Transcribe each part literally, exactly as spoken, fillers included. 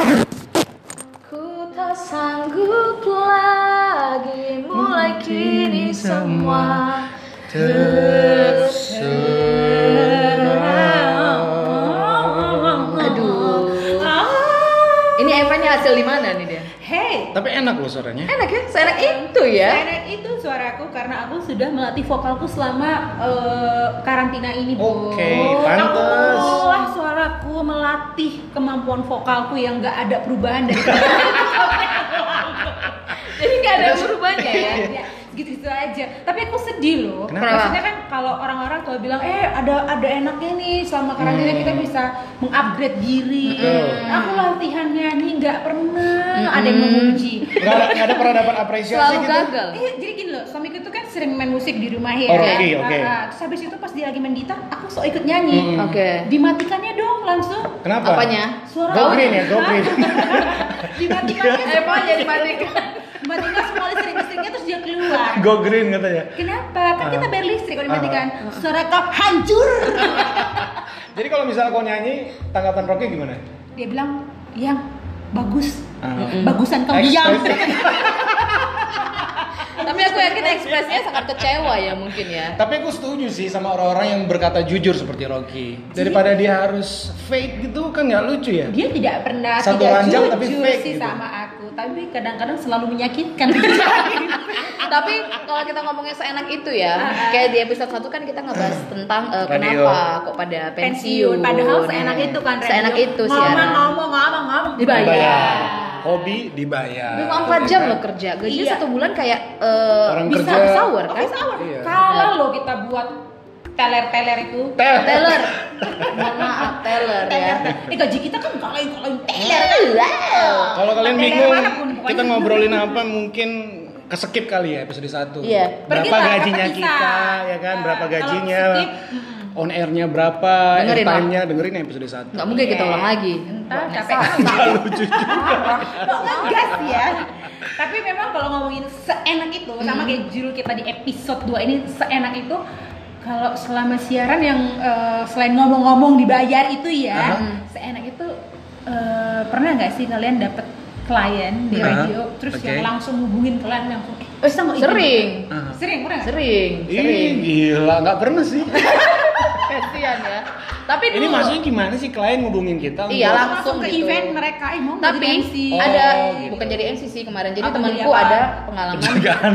Ku tak sanggup lagi, mulai kini semua terserah. Aduh. Ini Eva-nya hasil di mana nih dia? Hey, Tapi enak loh suaranya. Enak ya? Seenak itu ya? Seenak itu suaraku karena aku sudah melatih vokalku selama uh, karantina ini, Bu. Oke, pantes. Akulah suaraku melatih kemampuan vokalku yang nggak ada perubahan dari Jadi nggak ada perubahannya ya? ya, gitu-gitu aja. Tapi aku sedih loh. Kenapa? Maksudnya kan kalau orang-orang kalau bilang, eh ada ada enaknya nih selama karantina Hmm. kita bisa mengupgrade diri. Betul. Aku latihan nyanyi nggak pernah Mm-mm. ada yang memuji. Nggak ada, nggak ada pernah dapat apresiasi Selalu gitu. gagal. Iya, jadi gini loh, suamiku itu kan sering main musik di rumah ya. Oh, oke, oke. Ah, terus habis itu pas dia lagi main gitar, aku sok ikut nyanyi. Hmm. Oke. Dimatikannya dong langsung. Kenapa? Apanya? Suara Go green ya, go green. Dimatikannya. Eva-nya dimatikan. Dimatikan semua listrik-listriknya terus dia keluar. Go green katanya. Kenapa? Kan kita Ah. bayar listrik kalau dimatikan. Ah. Suara kau hancur. Jadi kalau misalnya kau nyanyi, tanggapan Rocky gimana? Dia bilang, "Yang bagus. Ah. Bagusan kau diam." Tapi aku yakin ekspresinya sangat kecewa ya mungkin ya. Tapi aku setuju sih sama orang-orang yang berkata jujur seperti Rocky. Daripada dia harus fake gitu kan nggak lucu ya. Dia tidak pernah Satu tidak ranjang jujur tapi fake sih gitu. sama aku, tapi kadang-kadang selalu menyakitkan. Tapi kalau kita ngomongnya seenak itu ya, kayak di episode satu kan kita ngebahas tentang eh, Radio. kenapa kok pada pensiun. Padahal seenak itu kan radio. Seenak itu ngomong, siaran. ngomong, ngomong, ngomong, Dibayar. Dibayar. Hobi dibayar. dua puluh empat jam loh kerja, gajinya Iya. satu bulan kayak eh, Orang bisa kerja- sahur kan? Office hour. Iya. Kalau lo kita buat teler-teler itu, Tel. Teller, mohon maaf teller ya. teler, eh gaji kita kan kalahin-kalahin teler. Wow. Kalau kalian Teler bingung manapun, pokoknya. kita ngobrolin apa, mungkin keskip kali ya episode satu. Iya. Berapa Pergilah, gajinya kita kita, ya kan? Nah, Berapa kalau gajinya? skip, mm-mm. On airnya berapa? Dengerin, Time-nya dengerin episode satu. Nggak mungkin kita ulang lagi. Entar Nggak capek salah. kan? Lucu juga. Kok ngegas ya? Tapi memang kalau ngomongin seenak itu, sama Hmm. kayak judul kita di episode dua ini, seenak itu kalau selama siaran yang eh, selain ngomong-ngomong dibayar itu ya, Aha. seenak itu eh, pernah nggak sih kalian dapet klien di Aha, radio terus oke. yang langsung hubungin kalian langsung eh bisa nggak izin?" Sering, Ah. sering pernah nggak? sering, Ih, sering. gila, nggak pernah sih. Kasian ya. Tapi Ini dulu, maksudnya gimana sih klien ngubungin kita? Iya, untuk- langsung ke gitu. event mereka, eh mau nggak tapi jadi M C? Oh, ada gitu. bukan jadi M C sih kemarin. Jadi Apa, jadi temanku apa? ada pengalaman Penjagaan.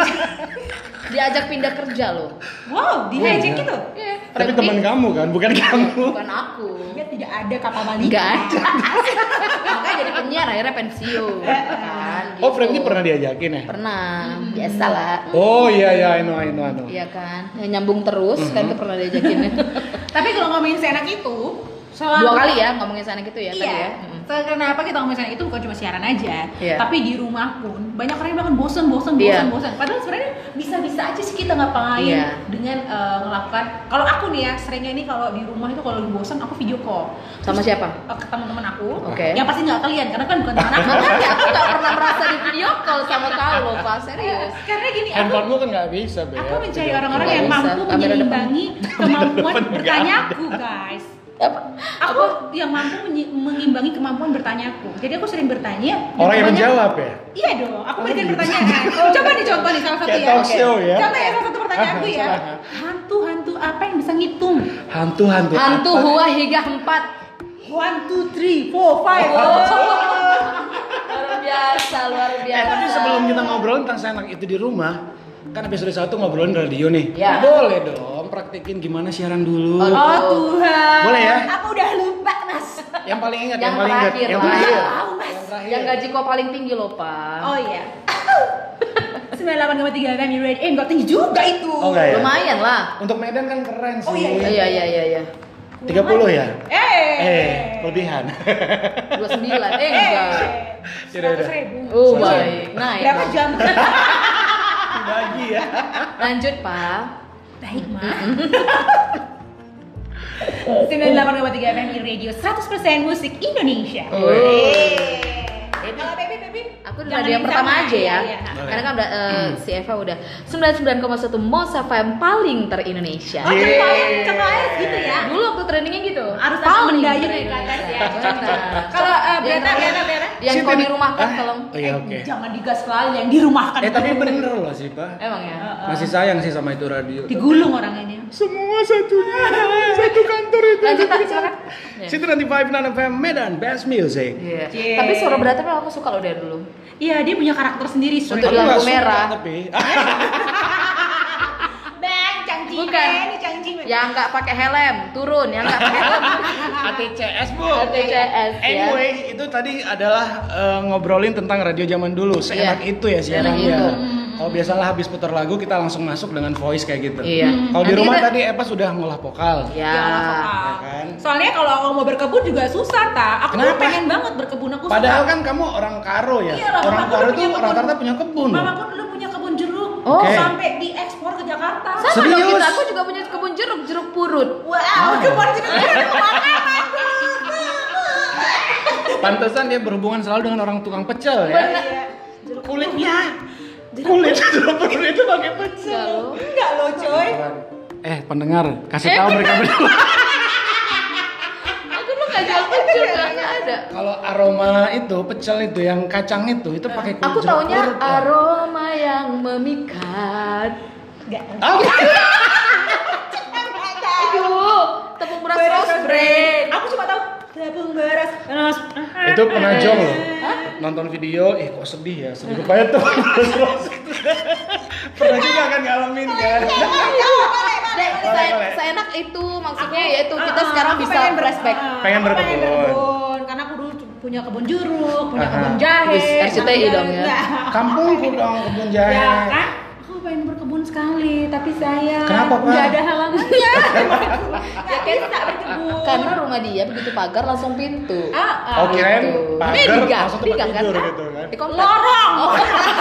diajak pindah kerja loh. Wow, di hijack iya. gitu. Iya, Tapi Frankie- teman kamu kan, bukan kamu. bukan aku. Dia tidak ada kapal balik. Enggak ada. Makanya jadi penyiar akhirnya pensiun kan. Oh, gitu. Frankie pernah diajakin ya? Pernah, biasalah. Oh iya iya, I know, I know, I know. Iya kan, ya, nyambung terus kan itu pernah diajakin. Tapi kalau ngomongin seenak itu, selalu Dua kali ya ngomongin sana gitu ya tadi Iya. ya. Mm. So, kenapa kita ngomongin seenak itu bukan cuma siaran aja, Iya. tapi di rumah pun banyak orang yang bilang bosen, bosen, bosen, Iya. bosen. Padahal sebenarnya bisa-bisa aja sih kita ngapain Iya. dengan eh, melakukan. Kalau aku nih ya, seringnya ini kalau di rumah itu kalau lagi bosen aku video call. Sama Terus, siapa? eh, ke teman-teman aku. Oke. Yang pasti nggak kalian karena kan bukan teman aku. Makanya aku gak pernah merasa di video call sama kau loh, Pak, serius. Karena gini, aku Handphonemu kan nggak bisa, Be. Aku mencari Video orang-orang Nggak yang bisa. mampu Kamera menyeimbangi kemampuan depan bertanya nggak aku, guys. Apa? Aku yang mampu menyi- mengimbangi kemampuan bertanya aku. Jadi aku sering bertanya. Orang yang bertanya- menjawab ya? Iya dong. Aku Oh, berikan gitu. pertanyaan. Coba dicontoh nih salah satu Kayak ya. talk Oke. show ya? Contoh ya salah satu pertanyaanku ya. Silakan. Hantu-hantu apa yang bisa ngitung? Hantu-hantu Hantu apa? huwa hingga empat. One, two, three, four, five. Oh. Luar biasa, luar Eh, biasa. tapi sebelum kita ngobrol tentang seenak itu di rumah, kan episode satu ngobrolin radio nih. Ya. Boleh dong praktekin gimana siaran dulu. Oh, Oh Tuhan. Boleh ya? Aku udah lupa, Mas. Yang paling ingat, Yang yang, paling ingat, terakhir, yang Mas. terakhir. Tahu, Mas. Yang terakhir. Yang gaji kau paling tinggi loh, Pak. Oh iya. sembilan puluh delapan koma tiga F M Radio. Eh, enggak tinggi juga itu. Oh, enggak ya? Lumayan lah. Untuk Medan kan keren sih. Oh, iya, Iya, iya, iya, iya. tiga puluh ya? Eh. Eh, kelebihan. dua puluh sembilan. Eh, enggak. Yaudah, Seratus yaudah. ribu. Oh, Sorry. baik. Naik. Berapa dong. jam? Dibagi ya. Lanjut, Pak. Baik, Ma. sembilan puluh delapan koma tiga F M Radio seratus persen musik Indonesia. Oh. Yeay. Kalau Baby, Baby, Aku di jangan radio yang pertama sama. aja ya. Iya, iya. Karena kan udah eh, si Eva udah sembilan puluh sembilan koma satu Mos F M paling ter-Indonesia. Oh, Yeay. cengkok cengkok air gitu ya. Dulu waktu ter bertandingnya gitu. Harus ada Paling mendayu dari dari ke atas ya. Benar. Kalau uh, Breta, Yang- Breta, Breta. Yang Siti kau di- di rumah kan Ah, kalau Oh iya oke. Jangan digas selalu yang dirumahkan. Eh tapi bener loh sih Pak. emang ya. Masih sayang sih sama itu radio. Digulung orang ini. Semua satunya satu kantor itu. Lanjut tak silakan. Ya. Situ nanti Five Nine F M Medan Best Music. Iya. Yeay. Tapi suara Berata memang aku suka loh dari dulu. Iya, dia punya karakter sendiri. Untuk Aku lampu nggak suka, merah. tapi Bang, cangcing. Bukan. Ini cangcing. Yang nggak pakai helm turun, yang nggak pakai helm. A T C S Bu. A T C S ya. Anyway, itu tadi adalah eh, ngobrolin tentang radio zaman dulu. Seenak Iya. itu ya Seenak siarannya. itu. Kalau biasalah habis putar lagu kita langsung masuk dengan voice kayak gitu. Iya. Kalau di Nanti rumah kita- tadi Eva sudah ngolah vokal. Ya. Ya, Ya kan? Soalnya kalau aku mau berkebun juga susah, tak. Aku tuh Kenapa? pengen banget berkebun. Aku Padahal suka. kan kamu orang karo ya. Iya lah, orang mamaku karo udah tuh punya kebun. rata-rata punya kebun. loh. Mamaku dulu punya kebun jeruk. Oh. Oke. Sampai diekspor ke Jakarta. Sama dong Serius? kita, aku juga punya kebun jeruk, jeruk purut. Wow, kebun jeruk itu makanan. Pantesan dia berhubungan selalu dengan orang tukang pecel ya. Benar. Kulitnya. Kulit jeruk purut itu pakai pecel. Enggak loh. Enggak loh, coy. Eh pendengar, kasih Eh, tahu mereka berdua. Aku lu nggak jual pecel, nggak nggak ada. Kalau aroma itu pecel itu yang kacang itu itu pakai kulit Aku jeruk taunya purut, Pak. aroma yang memikat. Enggak. Oh, Aduh, tepung beras Beras rose bread. Aku cuma tahu tepung beras. Beras. itu pernah jong loh. Nonton video, eh kok sedih ya, sedih rupanya tuh. Pernah juga kan ngalamin kan. Dek, Boleh, se- boleh. seenak itu maksudnya Aku- yaitu kita ah, sekarang aku bisa pengen ber- flashback. ah, Pengen aku berkebun. berkebun. Karena aku dulu punya kebun jeruk, punya Aha. kebun jahe. Wis, R C T I dong ya. Enggak. Kampungku dong kebun jahe. Ya kan? Aku pengen berkebun sekali, tapi saya Kenapa, Pak? nggak ada halangannya. Ya kan bisa berkebun. karena rumah dia begitu pagar langsung pintu. Ah, ah. Oh kirain Gitu. pagar Ini digang, langsung tempat digang kan? tidur gitu kan. Di komplek. Lorong. Oh,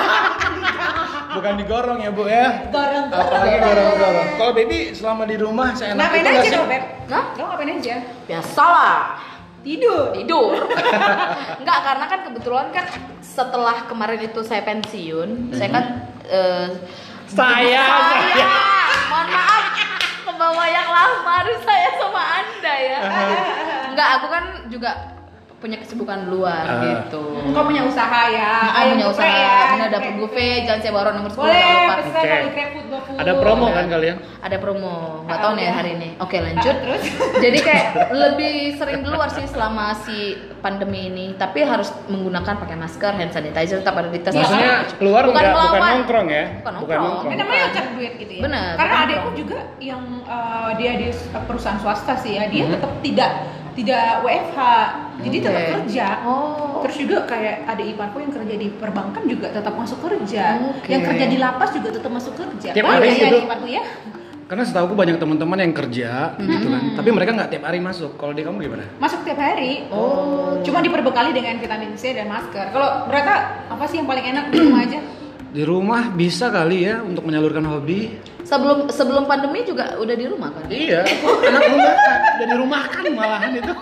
Bukan digorong ya bu ya. Gorong. Apalagi gorong-gorong. Kalau baby selama di rumah seenak Ngapain itu nggak aja sih? dong, Beb? Hah? Kamu ngapain aja? biasalah. Tidur. Tidur. Enggak, karena kan kebetulan kan setelah kemarin itu saya pensiun, saya kan eh, Saya, saya. Mohon maaf kebawa yang lama harus saya sama Anda ya. Enggak, aku kan juga punya kesibukan luar Ah. gitu. Engkau punya usaha ya. Aku Ayam punya geprek usaha, ya. bener dapur buffet, jalan saya baru nomor sepuluh Boleh, jangan lupa. pesan Oke. kali GrabFood, GoFood. Ada promo kan kalian? Ada promo, nggak Ah, tahu nih udah. hari ini. Oke lanjut. Terus? Jadi kayak lebih sering keluar sih selama si pandemi ini, tapi harus menggunakan pakai masker, hand sanitizer, tetap ada di tes. Maksudnya keluar bukan nggak- bukan melawan. nongkrong ya? Bukan Bukan nongkrong. nongkrong. Ini namanya ngecek duit gitu ya. Bener, Karena bener. adekku juga yang uh, dia di perusahaan swasta sih ya, dia Mhm. tetap tidak tidak W F H. Jadi Oke. tetap kerja. Oh. Terus juga kayak adik iparku yang kerja di perbankan juga tetap masuk kerja. Oke. Yang kerja di lapas juga tetap masuk kerja. Tiap Banyak hari ya gitu? adik iparku ya. Karena setahu aku banyak teman-teman yang kerja gitu kan, tapi mereka nggak tiap hari masuk. Kalau di kamu gimana? Masuk tiap hari. Oh. Cuma diperbekali dengan vitamin C dan masker. Kalau mereka apa sih yang paling enak di rumah aja? Di rumah bisa kali ya untuk menyalurkan hobi. Sebelum sebelum pandemi juga udah di rumah kan? Iya, aku anak rumah kan, udah di rumah kan malahan itu.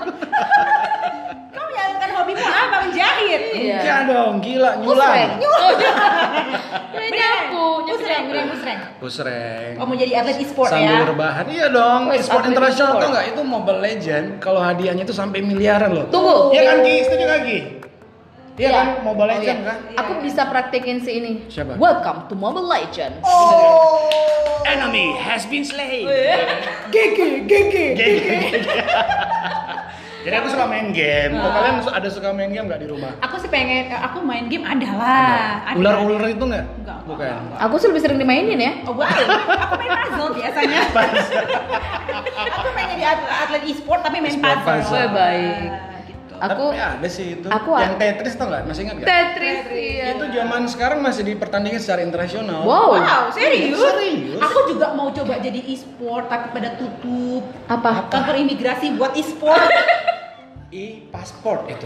Kamu menyalurkan hobimu apa? Menjahit. Iya. Enggak dong, gila Musreng. nyulam. Ini nyapu, nyapu Musreng, nyapu. bener musreng. Busreng. Oh mau jadi atlet e-sport Sambil ya? rebahan, iya dong. Wih, E-sport atlet internasional e-sport. tuh nggak? Itu Mobile Legend. Kalau hadiahnya itu sampai miliaran loh. Tunggu. Iya kan Ki? Setuju nggak Ki? Iya kan? Mobile Oh, Legend iya. kan? Aku bisa praktekin si ini. Siapa? Welcome to Mobile Legends. Enemy has been slain. Gege, gege. Jadi aku suka main game. Kalau kalian ada suka main game nggak di rumah? Aku sih pengen, aku main game ada lah. Ada. Ular-ular itu nggak? Enggak, Bukan. enggak, enggak. Aku sih lebih sering dimainin ya. Oh wow, aku main puzzle biasanya. Aku main jadi atlet, atlet e-sport tapi main E-sport puzzle. puzzle. Oh, baik. Gitu. Aku Tapi ada sih itu. aku yang a- Tetris tau nggak? Masih ingat nggak? Tetris iya. Itu zaman sekarang masih dipertandingkan secara internasional. Wow. Wow, serius? Serius? Aku juga mau coba jadi e-sport tapi pada tutup. Apa? Kantor imigrasi buat e-sport. E-pasport itu.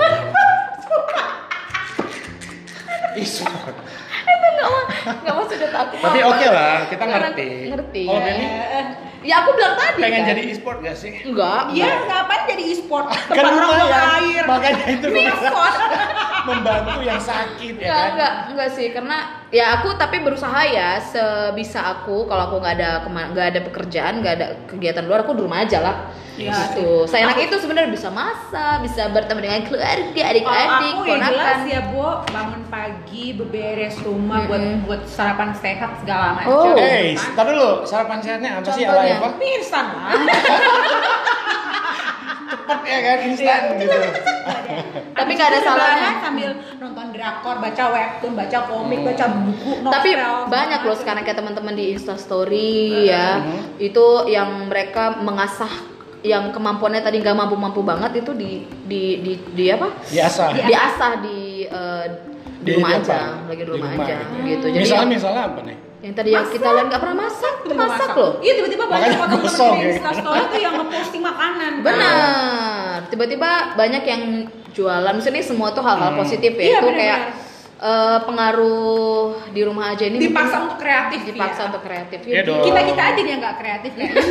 E-sport. Nggak mau sudah takut. Tapi oke lah, kita Karena ngerti. ngerti. Kalau Benny Ya aku bilang tadi. pengen kan? jadi e-sport gak sih? Enggak. Iya, ngapain jadi e-sport? Kan Tempat orang buang lumayan. air. Makanya itu gue bilang. Mesot. membantu yang sakit ya Enggak, kan? enggak, enggak sih, karena ya aku tapi berusaha ya sebisa aku kalau aku nggak ada kema- nggak ada pekerjaan, nggak ada kegiatan luar, aku di rumah aja lah. Iya Gitu. Seenak itu sebenarnya bisa masak, bisa bertemu dengan keluarga, adik-adik, Kalau aku ya jelas ponakan. ya Bo, bangun pagi, beberes rumah buat Mm-mm. buat sarapan sehat segala macam. Oh. Eh, tar dulu, sarapan sehatnya apa sih ala Contohnya. Eva? Mie instan lah. Cepet ya kan, instan gitu. Tapi nggak ada salahnya. Sambil nonton drakor, baca webtoon, baca komik, baca buku, novel. Tapi banyak loh sekarang kayak teman-teman di Instastory ya, itu yang mereka mengasah yang kemampuannya tadi nggak mampu-mampu banget itu di di di, di apa? Biasa. Diasah di eh, di, Di- rumah di aja, apa? lagi di Di rumah, rumah aja gitu. gitu. Jadi Misalnya yang, misalnya apa nih? yang tadi yang kita lihat nggak pernah masak, tuh Tiba-tiba masak loh. Iya tiba-tiba banyak Makanya foto-foto gosong di ya. Instastory tuh yang ngeposting makanan. Benar. Tiba-tiba banyak yang jualan. Maksudnya semua tuh hal-hal Hmm. positif ya. Iya, itu benar-benar. kayak eh, pengaruh di rumah aja ini Dipaksa mungkin untuk kreatif, dipaksa ya. untuk kreatif. Iya dong. Kita kita aja yang nggak kreatif kayaknya.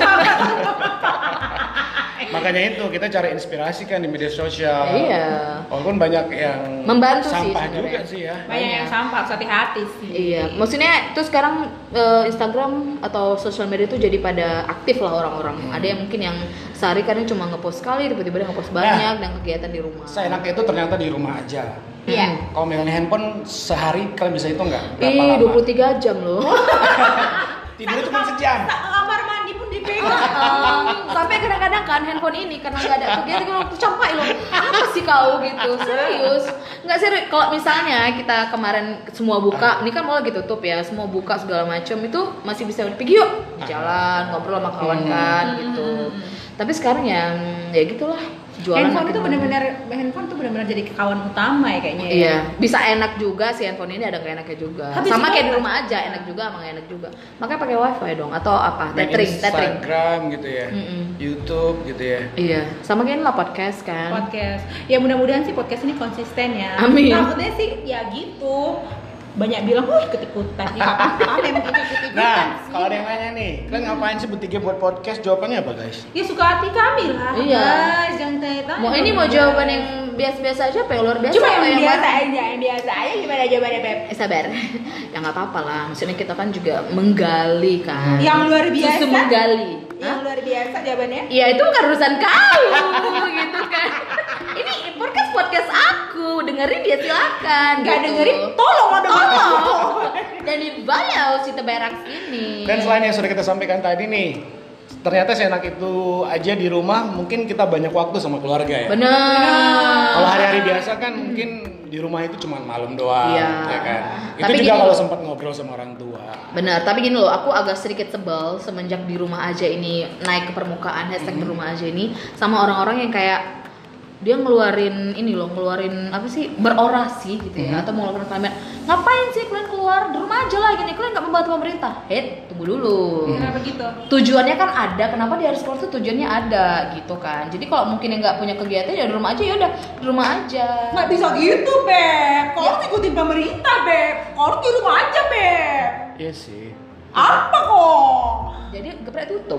Makanya itu kita cari inspirasi kan di media sosial. Iya. Walaupun banyak yang Membantu sih sampah sebenarnya. juga sih ya. Banyak yang sampah, harus hati-hati sih. Iya, maksudnya tuh sekarang eh, Instagram atau sosial media itu jadi pada aktif lah orang-orang. Hmm. Ada yang mungkin yang sehari kadang cuma ngepost sekali, tiba-tiba dia ngepost banyak dan kegiatan di rumah. Seenak itu ternyata di rumah aja. Iya. Kalau megang handphone sehari kalian bisa hitung nggak? Berapa Ih, lama? dua puluh tiga jam loh. Tidurnya cuma sejam. Kamar mandi pun dipegang. Um, sampai kadang-kadang kan handphone ini karena nggak ada kegiatan kalau aku campai loh, apa sih kau gitu, serius nggak serius. Kalau misalnya kita kemarin semua buka, ini kan mau lagi tutup ya, semua buka segala macam itu masih bisa pergi yuk jalan ngobrol sama kawan kan gitu. Tapi sekarang yang ya gitulah, jualan Handphone makin itu banyak. benar-benar handphone tuh benar-benar jadi kawan utama ya kayaknya. ya. Iya, bisa enak juga sih handphone ini, ada nggak enaknya juga. Tapi Sama sih kayak di kalau- rumah aja, enak juga sama nggak enak juga. Makanya pakai wifi dong atau apa? Main Tethering, tethering. Instagram gitu ya. Mm-mm. YouTube gitu ya. Iya, sama kayak lah podcast kan. Podcast. Ya mudah-mudahan sih podcast ini konsisten ya. Amin. Takutnya sih ya gitu. Banyak bilang, "Wah, ikut-ikutan." Ya apa memang ikut-ikutan. Nah, kalau ada yang nanya nih, kalian ngapain sih bertiga buat podcast? Jawabannya apa guys? Ya suka hati kami lah. Iya. Guys, jangan tanya-tanya. Mau ini mau jawaban yang biasa-biasa aja apa yang luar biasa? Cuma apa yang biasa mana? aja, yang biasa aja gimana jawabannya, Beb? Eh sabar, ya nggak apa-apa lah. Maksudnya kita kan juga menggali kan. Yang luar biasa. Susu menggali. Yang luar biasa jawabannya. Ya itu bukan urusan kau, gitu kan. Ini podcast podcast aku, dengerin dia silakan. Gak gitu. dengerin, tolong ada Tolong. Dan di bio si Teberaks ini. Dan selain yang sudah kita sampaikan tadi nih, ternyata seenak itu aja di rumah mungkin kita banyak waktu sama keluarga ya. Bener. Kalau hari-hari biasa kan mungkin di rumah itu cuma malam doang, Iya. ya kan. Itu Tapi juga gini kalau loh. sempat ngobrol sama orang tua. Benar, tapi gini loh, aku agak sedikit sebel semenjak di rumah aja ini naik ke permukaan hashtag di rumah aja ini sama orang-orang yang kayak dia ngeluarin ini loh, ngeluarin apa sih, berorasi gitu ya, Mhm. atau mengeluarkan kalimat, ngapain sih kalian keluar, di rumah aja lah gini, kalian nggak membantu pemerintah. Head, tunggu dulu. Kenapa gitu? Tujuannya kan ada, kenapa dia harus keluar tuh tujuannya ada gitu kan. Jadi kalau mungkin yang nggak punya kegiatan ya di rumah aja, ya udah di rumah aja. Nggak bisa gitu, Beb. Kau harus ikutin pemerintah, Beb. Kau harus di rumah aja, Beb. Iya sih. Apa kok? Jadi geprek tutup.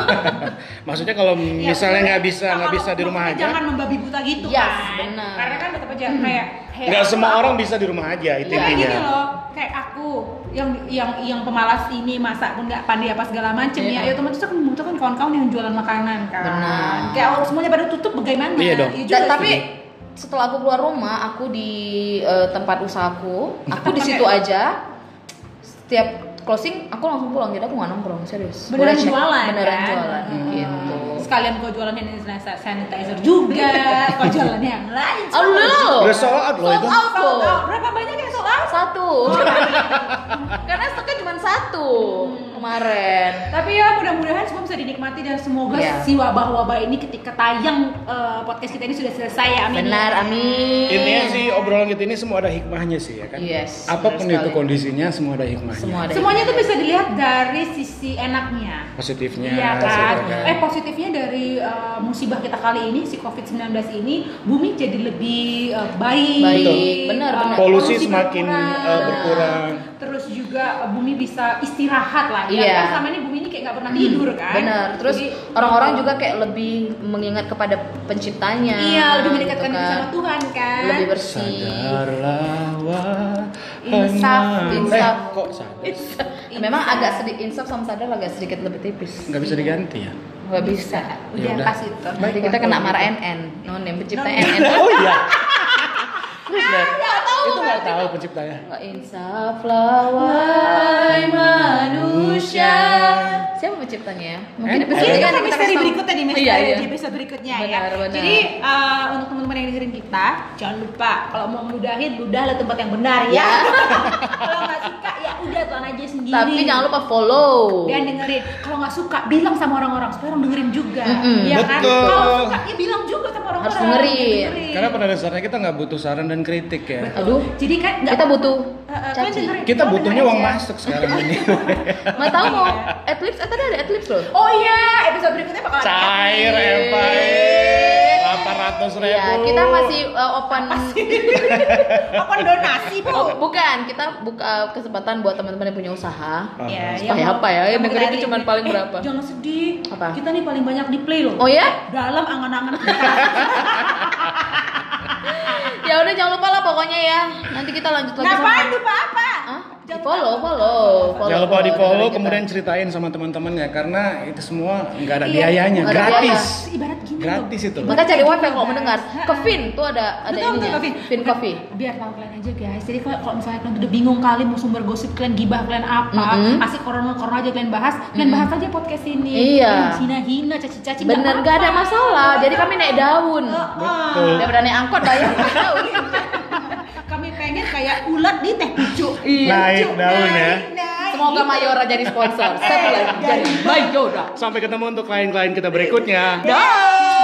Maksudnya kalau Ya, misalnya nggak bisa nah, nggak bisa kalau- di rumah makanya aja, Jangan membabi buta gitu Yes, kan. benar. Karena kan tetap aja kayak hey, nggak aku- semua aku- orang bisa di rumah aja itu Kayak intinya. gini loh, kayak aku yang yang yang pemalas ini masak pun nggak pandai apa segala macem Iya. ya, ya otomatis aku membutuhkan kawan-kawan yang jualan makanan kan. Benar. Kayak oh, semuanya pada tutup bagaimana? Iya dong. Ya Da- juga tapi sih. setelah aku keluar rumah, aku di eh, tempat usahaku, aku di situ aja. Setiap closing, aku langsung pulang. Jadi aku nggak nongkrong, serius. Beneran Boleh cek. jualan, beneran kan? jualan, Hmm. gitu. Sekalian kau jualan hand sanitizer juga, kau jualan yang lain. Oh no. Udah sold out loh itu. Sold out Sold loh. out. Berapa banyak yang sold out? Satu. Karena stoknya cuma satu kemarin. Tapi ya mudah-mudahan semua bisa dinikmati dan semoga Iya. si wabah-wabah ini ketika tayang eh, podcast kita ini sudah selesai ya, amin. Benar, amin. Intinya sih obrolan kita ini semua ada hikmahnya sih ya kan. Yes, Apapun benar itu sekali. kondisinya semua ada hikmahnya. Semua ada. Semuanya tuh bisa dilihat dari sisi enaknya. Positifnya. Iya kan? positifnya. Eh positifnya dari uh, musibah kita kali ini si covid sembilan belas ini bumi jadi lebih uh, baik. Baik. Betul. Benar, Uh, benar. Polusi semakin, berkurang. uh, berkurang. Terus juga juga bumi bisa istirahat lah ya. Iya. Kan selama ini bumi ini kayak nggak pernah tidur kan. Benar. Terus Jadi, orang-orang juga kayak lebih mengingat kepada penciptanya. iya lebih mendekatkan gitu diri kan. sama Tuhan kan. Lebih bersih. Sadarlah Insaf, wahai insaf. Eh, kok sadar? Memang agak sedikit insaf sama sadar agak sedikit lebih tipis. Nggak bisa diganti ya? Nggak bisa. Udah Ya udah. pas itu. Nanti kita kena marah N N. Nonem pencipta Nonem. N N. Oh iya. Terus Ah, deh. Itu nggak tahu penciptanya. Nggak insaflah wahai manusia. Siapa penciptanya ya? Mungkin N N. episode Ini tiga kan nanti kita misteri kasih tahu. berikutnya di misteri Iya, iya. di episode berikutnya ya. Benar, benar. Jadi uh, untuk teman-teman yang dengerin kita, jangan lupa kalau mau meludahin, ludahlah tempat yang benar ya. Kalau nggak suka ya udah tuan aja sendiri. Tapi jangan lupa follow. Dan dengerin. Kalau nggak suka bilang sama orang-orang supaya orang dengerin juga. Mm-mm. Ya kan? Betul. Kalau suka ya bilang juga sama orang-orang. Harus dengerin. Karena pada dasarnya kita nggak butuh saran dan kritik ya. Aduh, Jadi kan nggak kita butuh Uh, uh, kalian caci. dengerin. Kita Kalian butuhnya dengerin uang aja. masuk sekarang ini. Mau tahu mau adlibs? Eh tadi ada adlibs loh. Oh iya, episode berikutnya bakal ada Cair Epli. Epai. delapan ratus ribu. Iya, kita masih uh, open. Apa donasi bu? Oh, bukan, kita buka kesempatan buat teman-teman yang punya usaha. Ya, Supaya yang apa ya? Yang yang dengerin berani. itu cuma paling Eh, berapa? Jangan sedih. Apa? Kita nih paling banyak di play loh. Oh ya? Dalam angan-angan kita. Ya udah jangan lupa lah pokoknya ya. Nanti kita lanjut lagi Ngapain lupa apa? Hah? Di Jangan follow, lupa. follow, follow. Jangan lupa di follow, dengerin kita. kemudian ceritain sama teman-temannya karena itu semua nggak ada Iya, biayanya, nggak ada gratis. Ibarat gini Gratis loh. itu. Maka cari wifi kalau Guys. mendengar. Ke Fin tuh ada ada Betul, betul, ininya. Kak Fin. Fin Coffee. Biar tahu kalian aja guys. Jadi kalau kalau misalnya kalian udah bingung kali mau sumber gosip kalian gibah kalian apa, Mm-mm. asik corona corona aja kalian bahas, kalian Mm-mm. bahas aja podcast ini. Iya. Kalian hina-hina, caci-caci. Bener gak ada masalah. Jadi kami naik daun. Betul. Daripada naik angkot bayar naik daun. Kami pengen kayak ulat di teh pucuk. Iya. Naik daun ya. Naik. Semoga Mayora jadi sponsor. Satu lagi jadi Mayora. Sampai ketemu untuk klien-klien kita berikutnya. Dah.